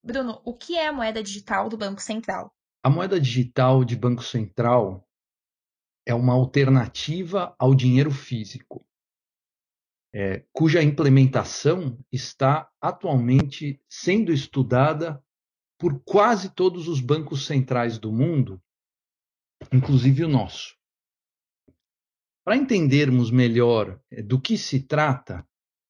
Bruno, o que é a moeda digital do Banco Central? A moeda digital de Banco Central é uma alternativa ao dinheiro físico, cuja implementação está atualmente sendo estudada por quase todos os bancos centrais do mundo, inclusive o nosso. Para entendermos melhor do que se trata,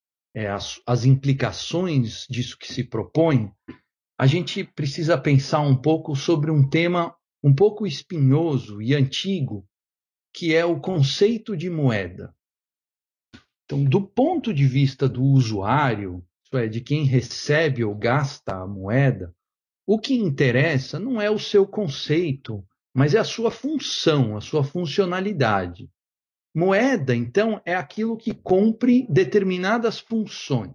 as implicações disso que se propõe, a gente precisa pensar um pouco sobre um tema um pouco espinhoso e antigo, que é o conceito de moeda. Então, do ponto de vista do usuário, isso é, de quem recebe ou gasta a moeda, o que interessa não é o seu conceito, mas é a sua função, a sua funcionalidade. Moeda, então, é aquilo que cumpre determinadas funções.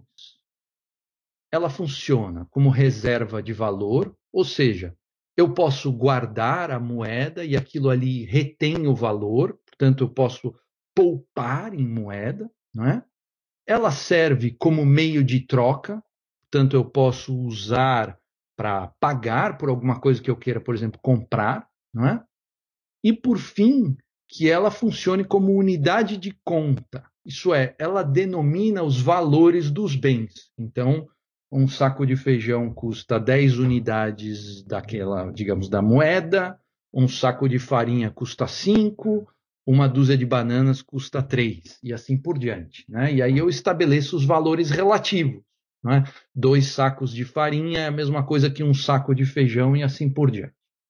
Ela funciona como reserva de valor, ou seja, eu posso guardar a moeda e aquilo ali retém o valor, portanto, eu posso poupar em moeda, não é? Ela serve como meio de troca, portanto, eu posso usar para pagar por alguma coisa que eu queira, por exemplo, comprar, não é? E, por fim, que ela funcione como unidade de conta, isso é, ela denomina os valores dos bens. Então, um saco de feijão custa 10 unidades daquela, digamos, da moeda, um saco de farinha custa 5, uma dúzia de bananas custa 3, e assim por diante, né? E aí eu estabeleço os valores relativos, né? 2 sacos de farinha é a mesma coisa que um saco de feijão e assim por diante.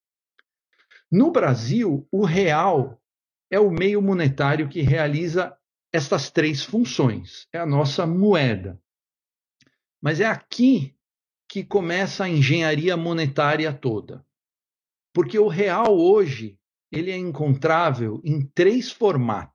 No Brasil, o real é o meio monetário que realiza estas 3 funções. É a nossa moeda. Mas é aqui que começa a engenharia monetária toda. Porque o real hoje ele é encontrável em 3 formatos.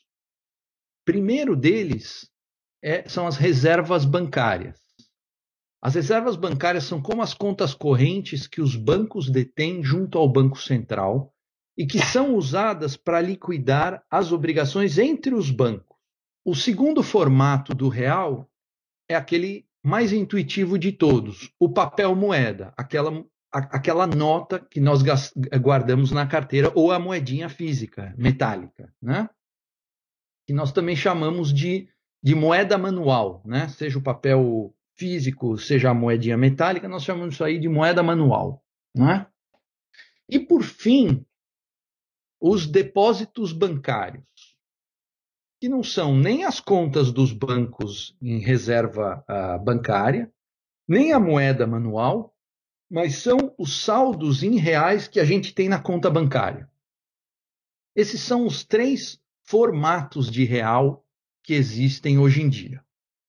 Primeiro deles são as reservas bancárias. As reservas bancárias são como as contas correntes que os bancos detêm junto ao Banco Central e que são usadas para liquidar as obrigações entre os bancos. O segundo formato do real é aquele mais intuitivo de todos, o papel moeda, aquela nota que nós guardamos na carteira ou a moedinha física, metálica, né? Que nós também chamamos de moeda manual, né? Seja o papel físico, seja a moedinha metálica, nós chamamos isso aí de moeda manual, né? E, por fim, os depósitos bancários, que não são nem as contas dos bancos em reserva bancária, nem a moeda manual, mas são os saldos em reais que a gente tem na conta bancária. Esses são os 3 formatos de real que existem hoje em dia.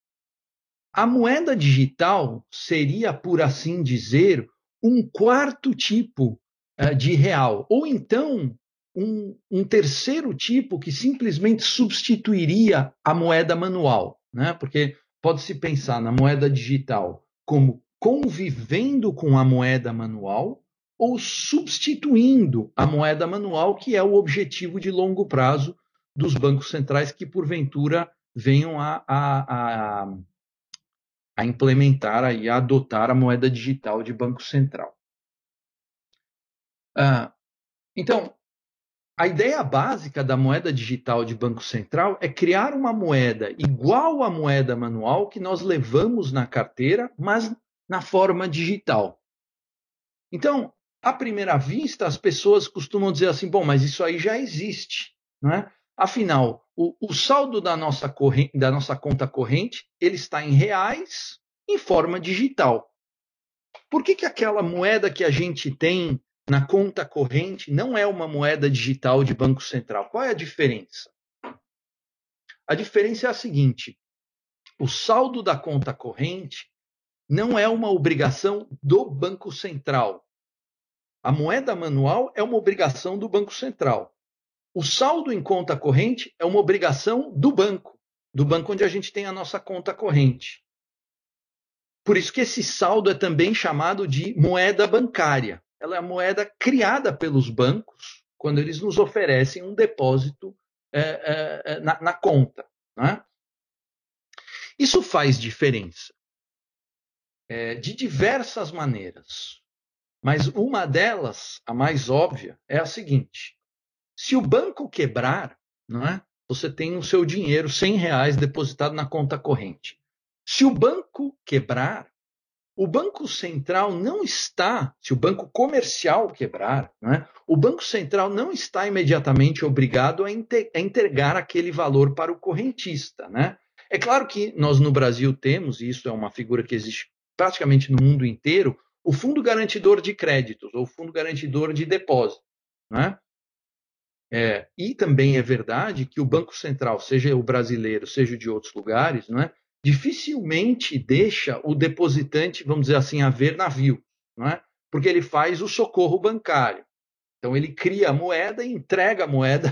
A moeda digital seria, por assim dizer, um quarto tipo de real, ou então um terceiro tipo que simplesmente substituiria a moeda manual, né? Porque pode-se pensar na moeda digital como convivendo com a moeda manual ou substituindo a moeda manual, que é o objetivo de longo prazo dos bancos centrais que, porventura, venham a implementar e a adotar a moeda digital de Banco Central. Então, a ideia básica da moeda digital de Banco Central é criar uma moeda igual à moeda manual que nós levamos na carteira, mas na forma digital. Então, à primeira vista, as pessoas costumam dizer assim, bom, mas isso aí já existe, não é? Afinal, o saldo da nossa conta corrente, ele está em reais em forma digital. Por que aquela moeda que a gente tem na conta corrente não é uma moeda digital de Banco Central? Qual é a diferença? A diferença é a seguinte: o saldo da conta corrente não é uma obrigação do Banco Central. A moeda manual é uma obrigação do Banco Central. O saldo em conta corrente é uma obrigação do banco onde a gente tem a nossa conta corrente. Por isso que esse saldo é também chamado de moeda bancária. Ela é a moeda criada pelos bancos quando eles nos oferecem um depósito na conta, né? Isso faz diferença. de diversas maneiras. Mas uma delas, a mais óbvia, é a seguinte: se o banco quebrar, não é? Você tem o seu dinheiro, R$ 100 depositado na conta corrente. Se o banco quebrar, o Banco Central não está, se o banco comercial quebrar, né, o Banco Central não está imediatamente obrigado a entregar aquele valor para o correntista. Né? É claro que nós no Brasil temos, e isso é uma figura que existe praticamente no mundo inteiro, o Fundo Garantidor de Créditos, ou Fundo Garantidor de Depósitos. Né? E também é verdade que o Banco Central, seja o brasileiro, seja de outros lugares, não é? Dificilmente deixa o depositante, vamos dizer assim, haver navio, não é? Porque ele faz o socorro bancário. Então, ele cria a moeda e entrega a moeda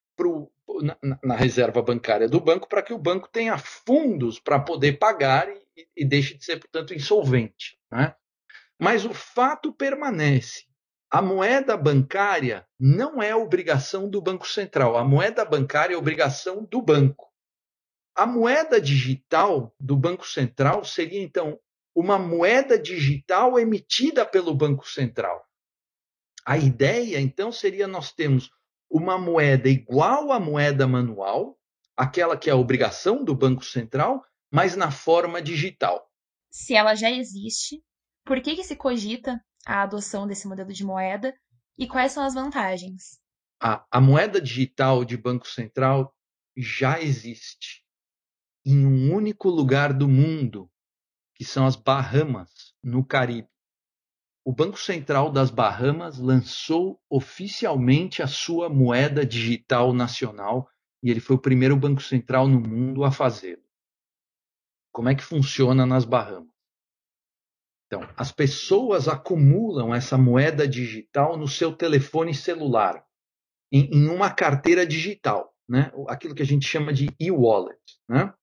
na reserva bancária do banco para que o banco tenha fundos para poder pagar e deixe de ser, portanto, insolvente. Né? Mas o fato permanece. A moeda bancária não é obrigação do Banco Central. A moeda bancária é obrigação do banco. A moeda digital do Banco Central seria, então, uma moeda digital emitida pelo Banco Central. A ideia, então, seria nós termos uma moeda igual à moeda manual, aquela que é a obrigação do Banco Central, mas na forma digital. Se ela já existe, por que se cogita a adoção desse modelo de moeda e quais são as vantagens? A moeda digital de Banco Central já existe em um único lugar do mundo, que são as Bahamas, no Caribe. O Banco Central das Bahamas lançou oficialmente a sua moeda digital nacional e ele foi o primeiro banco central no mundo a fazê-lo. Como é que funciona nas Bahamas? Então, as pessoas acumulam essa moeda digital no seu telefone celular, em uma carteira digital, né? Aquilo que a gente chama de e-wallet. Né?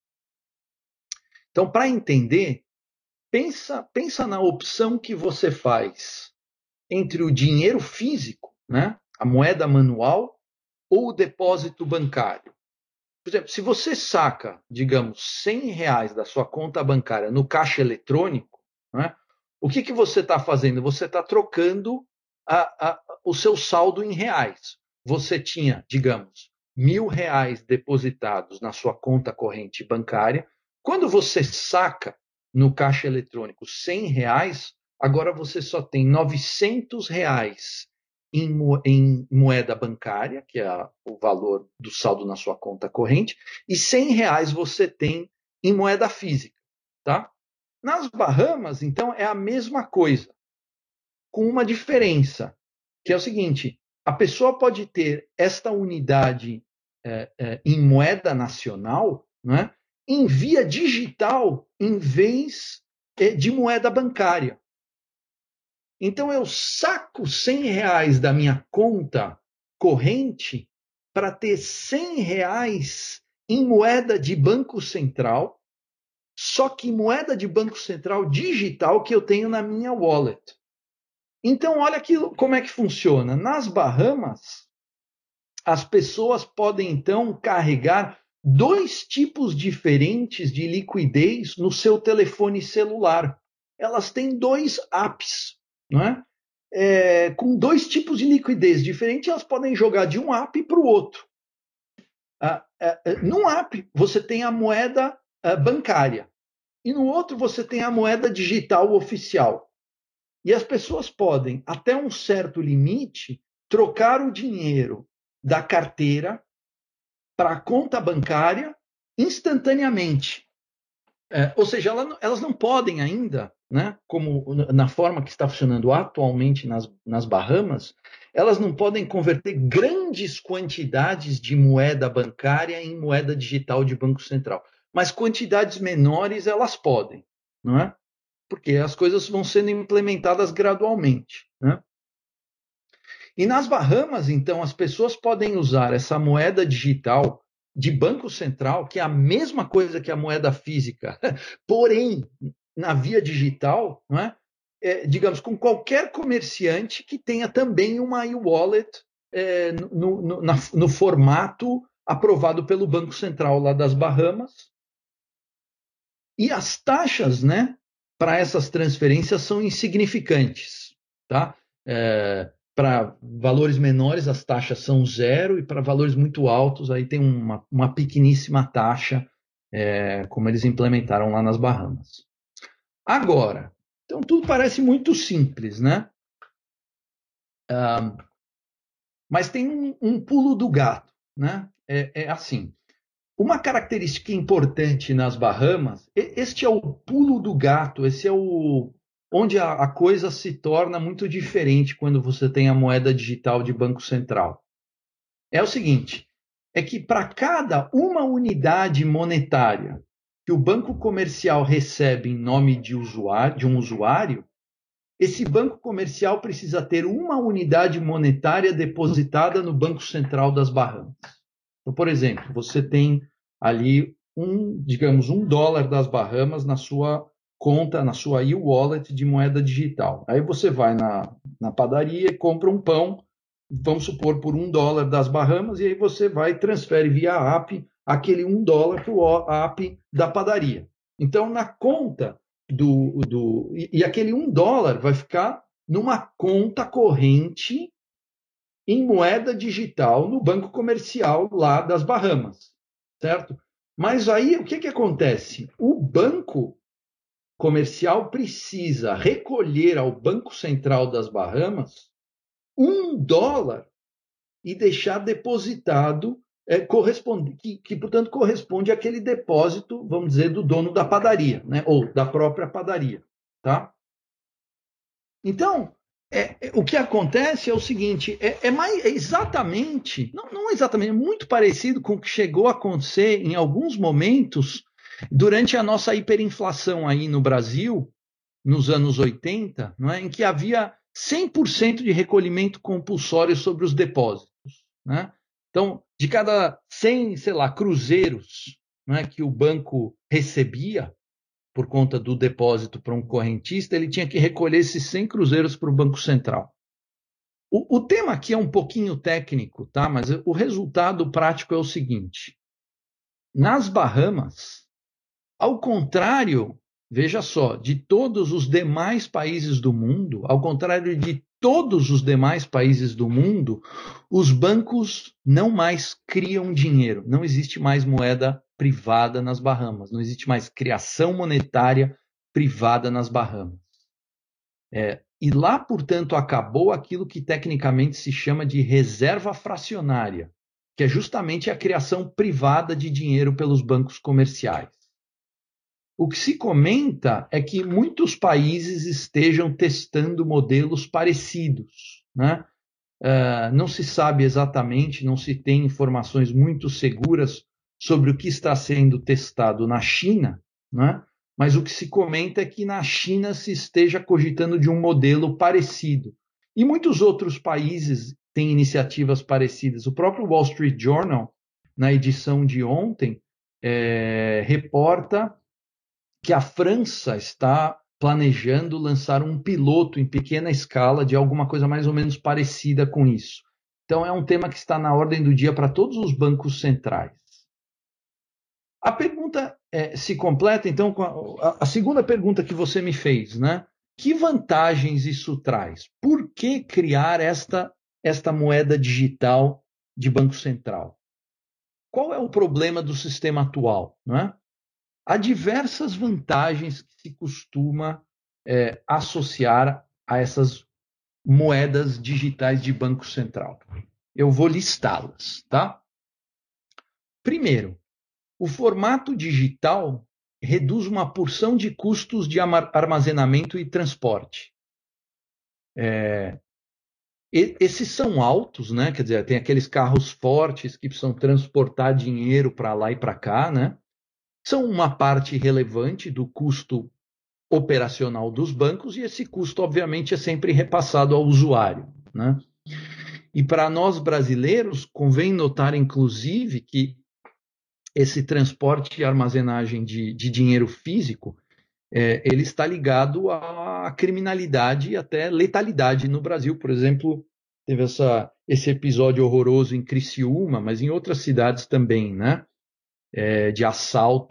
Então, para entender, pensa na opção que você faz entre o dinheiro físico, né, a moeda manual, ou o depósito bancário. Por exemplo, se você saca, digamos, R$ 100 da sua conta bancária no caixa eletrônico, né, o que você está fazendo? Você está trocando o seu saldo em reais. Você tinha, digamos, R$ 1.000 depositados na sua conta corrente bancária. Quando você saca no caixa eletrônico R$ 100, agora você só tem R$ 900 em moeda bancária, que é o valor do saldo na sua conta corrente, e R$ 100 você tem em moeda física. Tá? Nas Bahamas, então, é a mesma coisa, com uma diferença, que é o seguinte: a pessoa pode ter esta unidade em moeda nacional, né, em via digital, em vez de moeda bancária. Então, eu saco R$ 100 da minha conta corrente para ter R$ 100 em moeda de Banco Central, só que moeda de Banco Central digital que eu tenho na minha wallet. Então, olha como é que funciona. Nas Bahamas, as pessoas podem, então, carregar dois tipos diferentes de liquidez no seu telefone celular. Elas têm dois apps, não é? Com dois tipos de liquidez diferentes, elas podem jogar de um app para o outro. Num app, você tem a moeda bancária, e no outro, você tem a moeda digital oficial. E as pessoas podem, até um certo limite, trocar o dinheiro da carteira para a conta bancária instantaneamente. Ou seja, elas não podem ainda, né, como na forma que está funcionando atualmente nas Bahamas, elas não podem converter grandes quantidades de moeda bancária em moeda digital de Banco Central. Mas quantidades menores elas podem, não é? Porque as coisas vão sendo implementadas gradualmente. Né? E nas Bahamas, então, as pessoas podem usar essa moeda digital de Banco Central, que é a mesma coisa que a moeda física, porém, na via digital, não é? Digamos, com qualquer comerciante que tenha também uma e-wallet no formato aprovado pelo Banco Central lá das Bahamas. E as taxas, né, para essas transferências são insignificantes, tá? Para valores menores as taxas são zero e para valores muito altos aí tem uma pequeníssima taxa, como eles implementaram lá nas Bahamas. Agora, então tudo parece muito simples, né? Mas tem um pulo do gato, né? Assim, uma característica importante nas Bahamas, este é o pulo do gato, esse é onde a coisa se torna muito diferente quando você tem a moeda digital de Banco Central. É o seguinte, é que para cada uma unidade monetária que o banco comercial recebe em nome de um usuário, esse banco comercial precisa ter uma unidade monetária depositada no Banco Central das Bahamas. Então, por exemplo, você tem ali digamos, $1 das Bahamas na sua conta, na sua e-wallet de moeda digital. Aí você vai na padaria e compra um pão, vamos supor, por $1 das Bahamas, e aí você vai e transfere via app aquele $1 para o app da padaria. Então, na conta e aquele $1 vai ficar numa conta corrente em moeda digital no banco comercial lá das Bahamas, certo? Mas aí o que acontece? O banco comercial precisa recolher ao Banco Central das Bahamas $1 e deixar depositado, portanto, corresponde àquele depósito, vamos dizer, do dono da padaria, né? Ou da própria padaria. Tá? Então, o que acontece é o seguinte, exatamente, não exatamente, é muito parecido com o que chegou a acontecer em alguns momentos durante a nossa hiperinflação aí no Brasil, nos anos 80, não é? Em que havia 100% de recolhimento compulsório sobre os depósitos. Né? Então, de cada 100, sei lá, cruzeiros, não é, que o banco recebia por conta do depósito para um correntista, ele tinha que recolher esses 100 cruzeiros para o Banco Central. O tema aqui é um pouquinho técnico, tá? Mas o resultado prático é o seguinte. Nas Bahamas, ao contrário, veja só, de todos os demais países do mundo, ao contrário de todos os demais países do mundo, os bancos não mais criam dinheiro, não existe mais moeda privada nas Bahamas, não existe mais criação monetária privada nas Bahamas. E lá, portanto, acabou aquilo que tecnicamente se chama de reserva fracionária, que é justamente a criação privada de dinheiro pelos bancos comerciais. O que se comenta é que muitos países estejam testando modelos parecidos, né? Não se sabe exatamente, não se tem informações muito seguras sobre o que está sendo testado na China, né? Mas o que se comenta é que na China se esteja cogitando de um modelo parecido. E muitos outros países têm iniciativas parecidas. O próprio Wall Street Journal, na edição de ontem, reporta que a França está planejando lançar um piloto em pequena escala de alguma coisa mais ou menos parecida com isso. Então, é um tema que está na ordem do dia para todos os bancos centrais. A pergunta se completa, então, com a segunda pergunta que você me fez, né? Que vantagens isso traz? Por que criar esta moeda digital de Banco Central? Qual é o problema do sistema atual, não é? Há diversas vantagens que se costuma associar a essas moedas digitais de Banco Central. Eu vou listá-las, tá? Primeiro, o formato digital reduz uma porção de custos de armazenamento e transporte. Esses são altos, né? Quer dizer, tem aqueles carros fortes que precisam transportar dinheiro para lá e para cá, né? São uma parte relevante do custo operacional dos bancos e esse custo, obviamente, é sempre repassado ao usuário. Né? E para nós brasileiros, convém notar, inclusive, que esse transporte e armazenagem de dinheiro físico ele está ligado à criminalidade e até letalidade no Brasil. Por exemplo, teve esse episódio horroroso em Criciúma, mas em outras cidades também, né? De assalto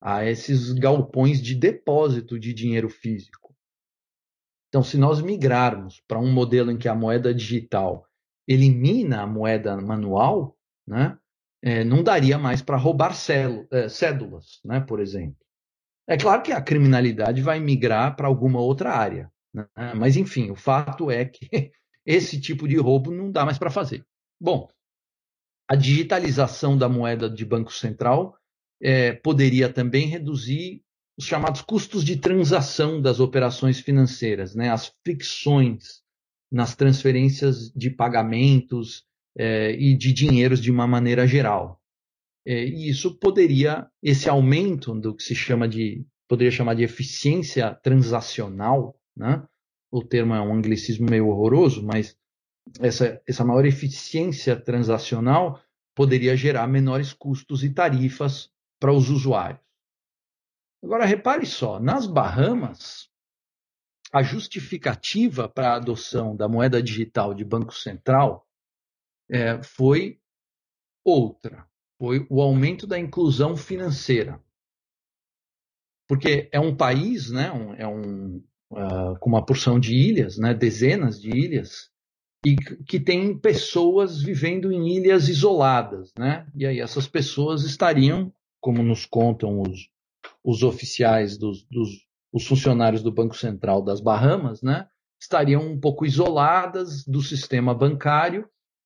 a esses galpões de depósito de dinheiro físico. Então, se nós migrarmos para um modelo em que a moeda digital elimina a moeda manual, né, não daria mais para roubar cédulas, né, por exemplo. É claro que a criminalidade vai migrar para alguma outra área, né? Mas, enfim, o fato é que esse tipo de roubo não dá mais para fazer. Bom, a digitalização da moeda de Banco Central poderia também reduzir os chamados custos de transação das operações financeiras, né? As fricções nas transferências de pagamentos e de dinheiros de uma maneira geral. E isso esse aumento do que poderia chamar de eficiência transacional, né? O termo é um anglicismo meio horroroso, mas essa maior eficiência transacional poderia gerar menores custos e tarifas para os usuários. Agora, repare só, nas Bahamas, a justificativa para a adoção da moeda digital de Banco Central foi outra, foi o aumento da inclusão financeira. Porque é um país, né, com uma porção de ilhas, né, dezenas de ilhas, e que tem pessoas vivendo em ilhas isoladas, né? E aí essas pessoas estariam, como nos contam os oficiais os funcionários do Banco Central das Bahamas, né? Estariam um pouco isoladas do sistema bancário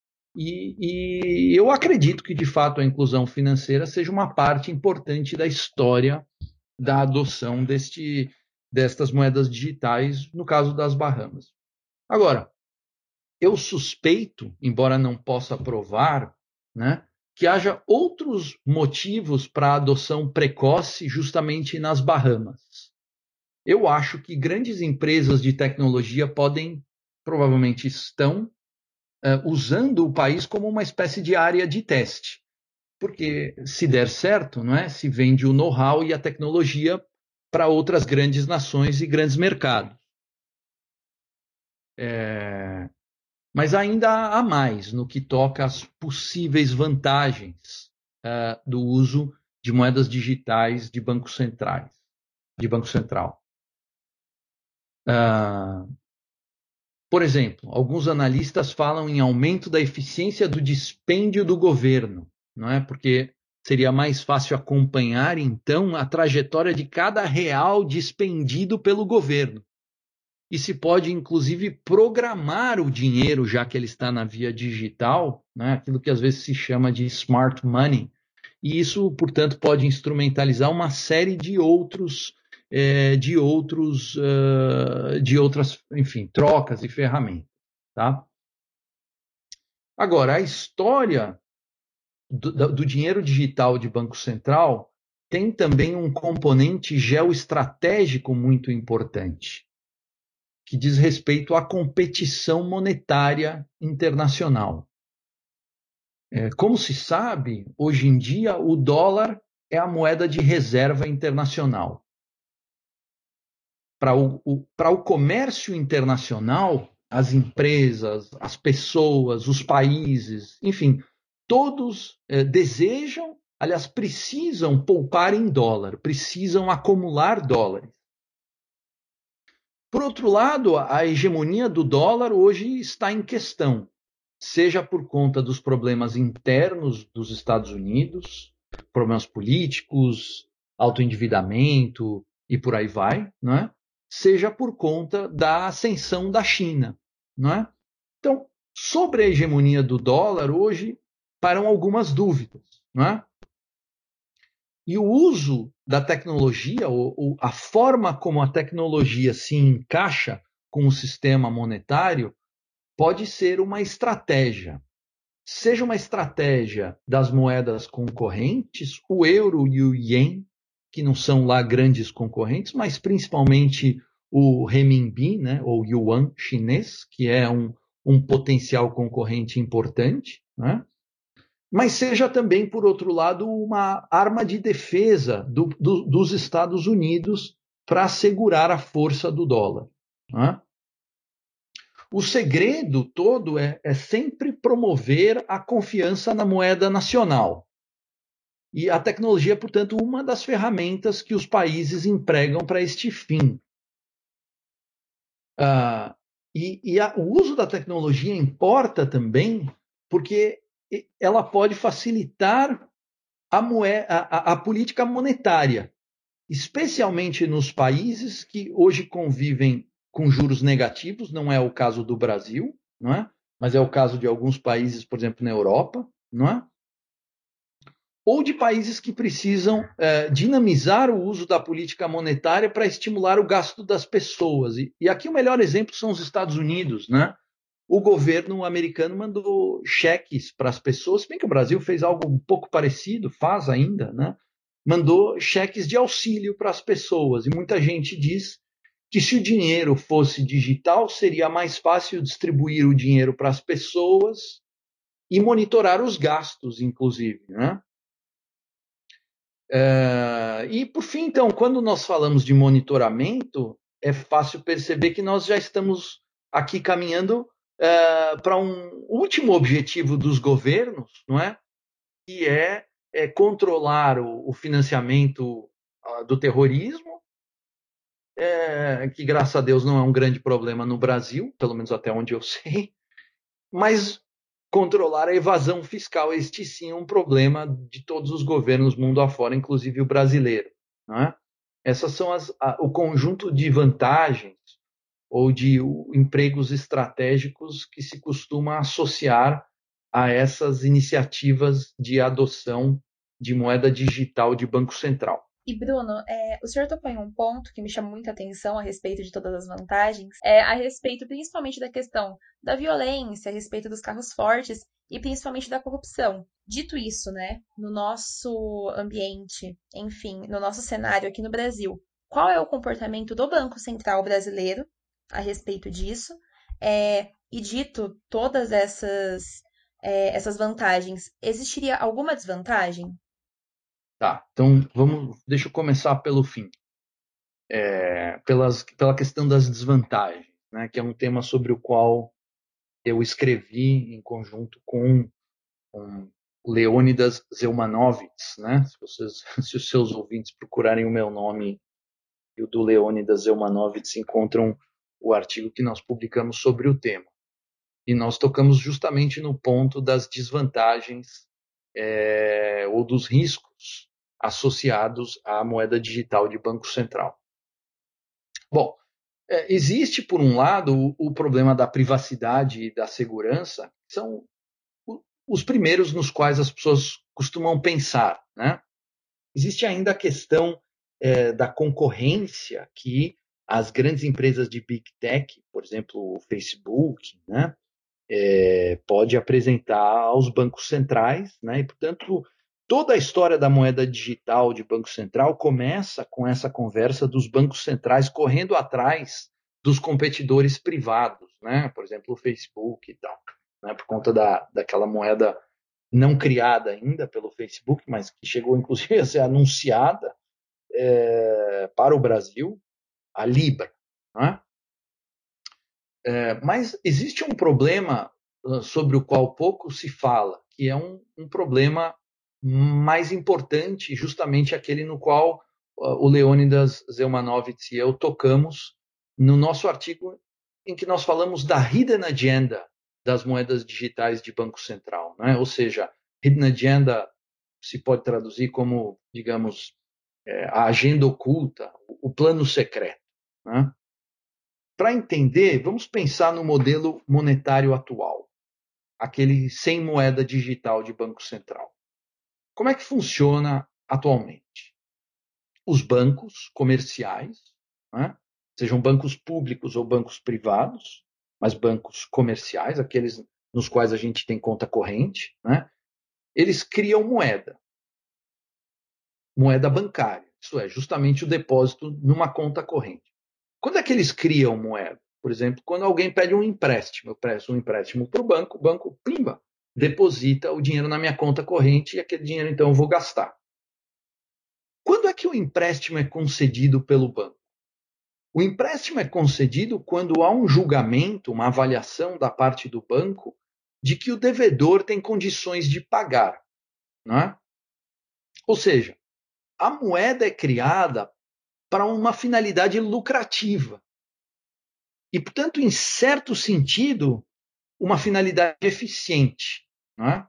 e eu acredito que de fato a inclusão financeira seja uma parte importante da história da adoção destas moedas digitais, no caso das Bahamas. Agora, eu suspeito, embora não possa provar, né, que haja outros motivos para a adoção precoce justamente nas Bahamas. Eu acho que grandes empresas de tecnologia provavelmente estão, usando o país como uma espécie de área de teste. Porque se der certo, não é, se vende o know-how e a tecnologia para outras grandes nações e grandes mercados. Mas ainda há mais no que toca às possíveis vantagens do uso de moedas digitais de bancos centrais, de Banco Central. Por exemplo, alguns analistas falam em aumento da eficiência do dispêndio do governo, não é? Porque seria mais fácil acompanhar, então, a trajetória de cada real dispendido pelo governo. E se pode, inclusive, programar o dinheiro, já que ele está na via digital, né? Aquilo que às vezes se chama de smart money. E isso, portanto, pode instrumentalizar uma série de outras, enfim, trocas e ferramentas. Tá? Agora, a história do dinheiro digital de Banco Central tem também um componente geoestratégico muito importante, que diz respeito à competição monetária internacional. Como se sabe, hoje em dia o dólar é a moeda de reserva internacional. Para o comércio internacional, as empresas, as pessoas, os países, enfim, todos desejam, aliás, precisam poupar em dólar, precisam acumular dólares. Por outro lado, a hegemonia do dólar hoje está em questão, seja por conta dos problemas internos dos Estados Unidos, problemas políticos, autoendividamento e por aí vai, não é? Seja por conta da ascensão da China, não é? Então, sobre a hegemonia do dólar, hoje param algumas dúvidas, não é? E o uso da tecnologia, a forma como a tecnologia se encaixa com o sistema monetário, pode ser uma estratégia. Seja uma estratégia das moedas concorrentes, o euro e o ien, que não são lá grandes concorrentes, mas principalmente o renminbi, né, ou yuan chinês, que é um potencial concorrente importante, né? Mas seja também, por outro lado, uma arma de defesa dos Estados Unidos para assegurar a força do dólar. Né? O segredo todo é sempre promover a confiança na moeda nacional. E a tecnologia é, portanto, uma das ferramentas que os países empregam para este fim. O uso da tecnologia importa também porque ela pode facilitar a política monetária, especialmente nos países que hoje convivem com juros negativos, não é o caso do Brasil, não é? Mas é o caso de alguns países, por exemplo, na Europa, não é? Ou de países que precisam dinamizar o uso da política monetária para estimular o gasto das pessoas. E aqui o melhor exemplo são os Estados Unidos, né? O governo americano mandou cheques para as pessoas, se bem que o Brasil fez algo um pouco parecido, faz ainda, né? Mandou cheques de auxílio para as pessoas. E muita gente diz que se o dinheiro fosse digital, seria mais fácil distribuir o dinheiro para as pessoas e monitorar os gastos, inclusive, né? E, por fim, então, quando nós falamos de monitoramento, é fácil perceber que nós já estamos aqui caminhando para um último objetivo dos governos, não é? Que é controlar o financiamento do terrorismo, que, graças a Deus, não é um grande problema no Brasil, pelo menos até onde eu sei, mas controlar a evasão fiscal, este sim é um problema de todos os governos mundo afora, inclusive o brasileiro. Não é? Essas são o conjunto de vantagens ou de empregos estratégicos que se costuma associar a essas iniciativas de adoção de moeda digital de Banco Central. E, Bruno, o senhor tocou em um ponto que me chamou muita atenção a respeito de todas as vantagens, a respeito principalmente da questão da violência, a respeito dos carros fortes e principalmente da corrupção. Dito isso, né, no nosso ambiente, enfim, no nosso cenário aqui no Brasil, qual é o comportamento do Banco Central brasileiro a respeito disso? E dito todas essas vantagens, existiria alguma desvantagem? Tá, então deixa eu começar pelo fim. Pela questão das desvantagens, né, que é um tema sobre o qual eu escrevi em conjunto com Leônidas Zeumanovitz, né? Se os seus ouvintes procurarem o meu nome e o do Leônidas Zeumanovitz, encontram o artigo que nós publicamos sobre o tema. E nós tocamos justamente no ponto das desvantagens ou dos riscos associados à moeda digital de Banco Central. Bom, existe, por um lado, o problema da privacidade e da segurança, que são os primeiros nos quais as pessoas costumam pensar, né? Existe ainda a questão da concorrência que as grandes empresas de Big Tech, por exemplo, o Facebook, né, pode apresentar aos bancos centrais, né, e, portanto, toda a história da moeda digital de Banco Central começa com essa conversa dos bancos centrais correndo atrás dos competidores privados, né, por exemplo, o Facebook e tal, né, por conta daquela moeda não criada ainda pelo Facebook, mas que chegou inclusive a ser anunciada para o Brasil, a Libra. Né? Mas existe um problema sobre o qual pouco se fala, que é um problema mais importante, justamente aquele no qual o Leônidas Zeumanovitz e eu tocamos no nosso artigo em que nós falamos da hidden agenda das moedas digitais de Banco Central. Né? Ou seja, hidden agenda se pode traduzir como, digamos, a agenda oculta, o plano secreto. Né? Para entender, vamos pensar no modelo monetário atual, aquele sem moeda digital de Banco Central. Como é que funciona atualmente? Os bancos comerciais, né, sejam bancos públicos ou bancos privados, mas bancos comerciais, aqueles nos quais a gente tem conta corrente, né, eles criam moeda bancária, isso é, justamente o depósito numa conta corrente. Quando é que eles criam moeda? Por exemplo, quando alguém pede um empréstimo, eu peço um empréstimo para o banco, pimba, deposita o dinheiro na minha conta corrente e aquele dinheiro então eu vou gastar. Quando é que o empréstimo é concedido pelo banco? O empréstimo é concedido quando há um julgamento, uma avaliação da parte do banco de que o devedor tem condições de pagar. Não é? Ou seja, a moeda é criada para uma finalidade lucrativa. E, portanto, em certo sentido, uma finalidade eficiente. Não é?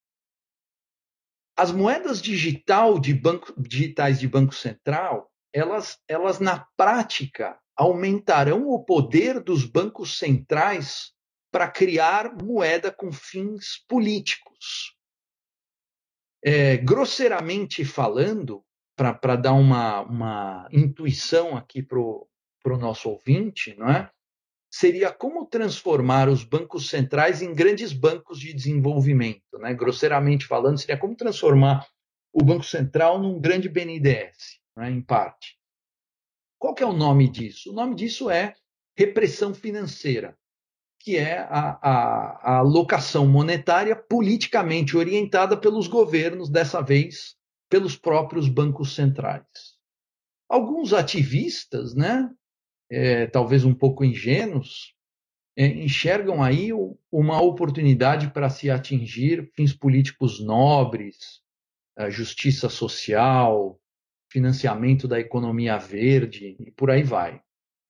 As moedas digitais de Banco Central, elas na prática aumentarão o poder dos bancos centrais para criar moeda com fins políticos. Grosseiramente falando, para dar uma intuição aqui para o nosso ouvinte, não é? Seria como transformar os bancos centrais em grandes bancos de desenvolvimento. Né? Grosseiramente falando, seria como transformar o Banco Central num grande BNDES, né? Em parte. Qual que é o nome disso? O nome disso é repressão financeira, que é a alocação monetária politicamente orientada pelos governos, dessa vez pelos próprios bancos centrais. Alguns ativistas, né, talvez um pouco ingênuos, enxergam aí uma oportunidade para se atingir fins políticos nobres, justiça social, financiamento da economia verde e por aí vai.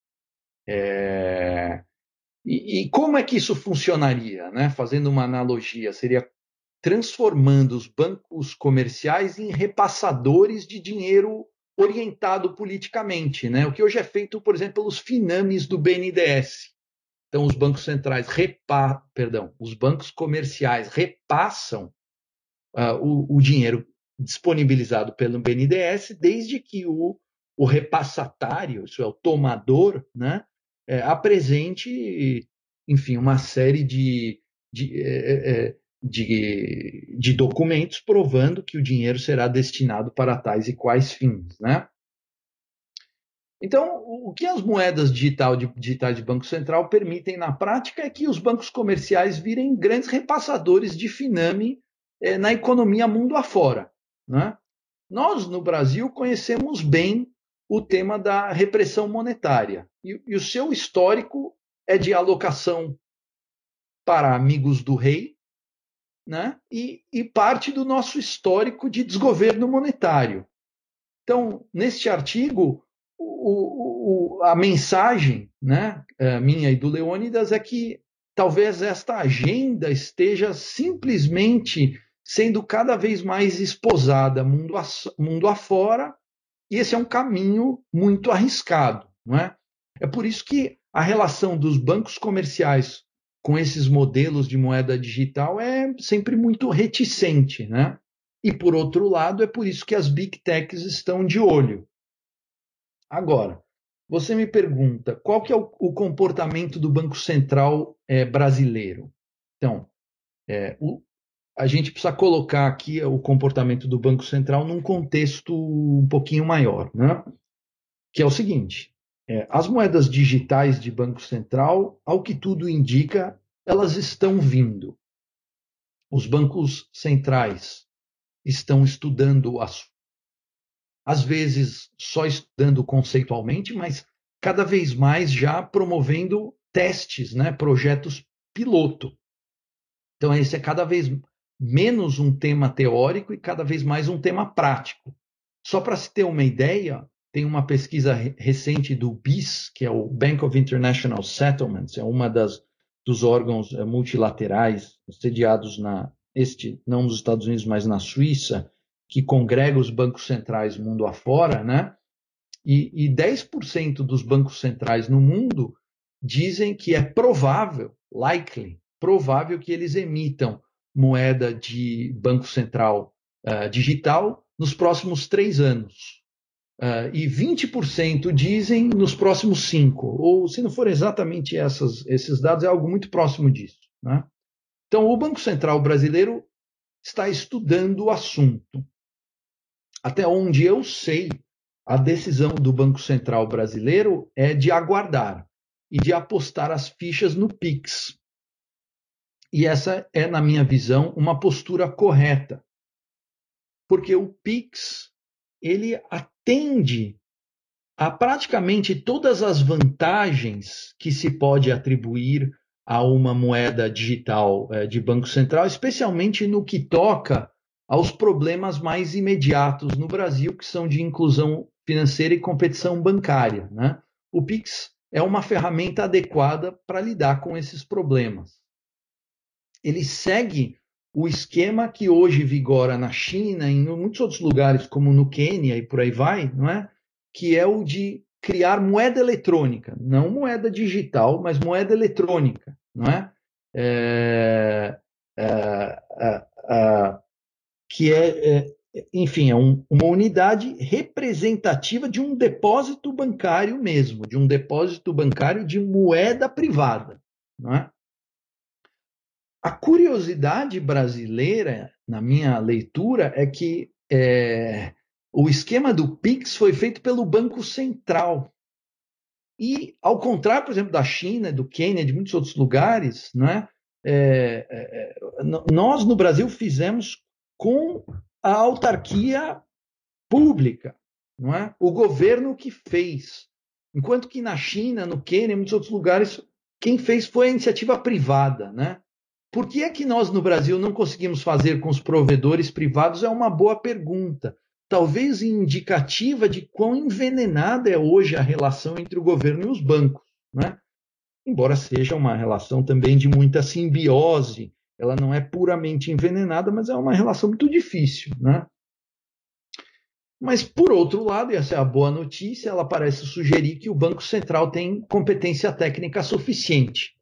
E como é que isso funcionaria? Né? Fazendo uma analogia, seria transformando os bancos comerciais em repassadores de dinheiro orientado politicamente, né? O que hoje é feito, por exemplo, pelos finames do BNDES. Então, os bancos centrais os bancos comerciais repassam o dinheiro disponibilizado pelo BNDES, desde que o repassatário, isso é, o tomador, né, apresente, enfim, uma série de documentos provando que o dinheiro será destinado para tais e quais fins, né? Então, o que as moedas digitais de Banco Central permitem na prática é que os bancos comerciais virem grandes repassadores de finame na economia mundo afora. Né? Nós, no Brasil, conhecemos bem o tema da repressão monetária. E o seu histórico é de alocação para amigos do rei, né? E parte do nosso histórico de desgoverno monetário. Então, neste artigo, a mensagem, né, minha e do Leônidas, é que talvez esta agenda esteja simplesmente sendo cada vez mais esposada mundo afora, e esse é um caminho muito arriscado. Não é? É por isso que a relação dos bancos comerciais com esses modelos de moeda digital é sempre muito reticente. Né? E, por outro lado, é por isso que as Big Techs estão de olho. Agora, você me pergunta qual que é o comportamento do Banco Central brasileiro. Então, a gente precisa colocar aqui o comportamento do Banco Central num contexto um pouquinho maior, né? Que é o seguinte, as moedas digitais de Banco Central, ao que tudo indica, elas estão vindo. Os bancos centrais estão estudando o assunto, às vezes só estudando conceitualmente, mas cada vez mais já promovendo testes, né, projetos piloto. Então, esse é cada vez menos um tema teórico e cada vez mais um tema prático. Só para se ter uma ideia, tem uma pesquisa recente do BIS, que é o Bank of International Settlements, é uma dos órgãos multilaterais sediados não nos Estados Unidos, mas na Suíça, que congrega os bancos centrais mundo afora, né? E 10% dos bancos centrais no mundo dizem que é provável que eles emitam moeda de Banco Central digital nos próximos 3 anos. E 20% dizem nos próximos 5. Ou, se não for exatamente esses dados, é algo muito próximo disso. Né? Então, o Banco Central brasileiro está estudando o assunto. Até onde eu sei, a decisão do Banco Central brasileiro é de aguardar e de apostar as fichas no PIX. E essa é, na minha visão, uma postura correta. Porque o PIX, ele atende a praticamente todas as vantagens que se pode atribuir a uma moeda digital de Banco Central, especialmente no que toca aos problemas mais imediatos no Brasil, que são de inclusão financeira e competição bancária, né? O Pix é uma ferramenta adequada para lidar com esses problemas. Ele segue o esquema que hoje vigora na China e em muitos outros lugares, como no Quênia e por aí vai, não é? Que é o de criar moeda eletrônica, não moeda digital, mas moeda eletrônica, não é? Que enfim, é uma unidade representativa de um depósito bancário mesmo, de um depósito bancário de moeda privada, não é? A curiosidade brasileira, na minha leitura, é que o esquema do Pix foi feito pelo Banco Central. E, ao contrário, por exemplo, da China, do Quênia, de muitos outros lugares, né, nós no Brasil fizemos com a autarquia pública, não é? O governo que fez. Enquanto que na China, no Quênia, em muitos outros lugares, quem fez foi a iniciativa privada, né? Por que é que nós no Brasil não conseguimos fazer com os provedores privados? É uma boa pergunta. Talvez indicativa de quão envenenada é hoje a relação entre o governo e os bancos, né? Embora seja uma relação também de muita simbiose, ela não é puramente envenenada, mas é uma relação muito difícil, né? Mas, por outro lado, e essa é a boa notícia, ela parece sugerir que o Banco Central tem competência técnica suficiente.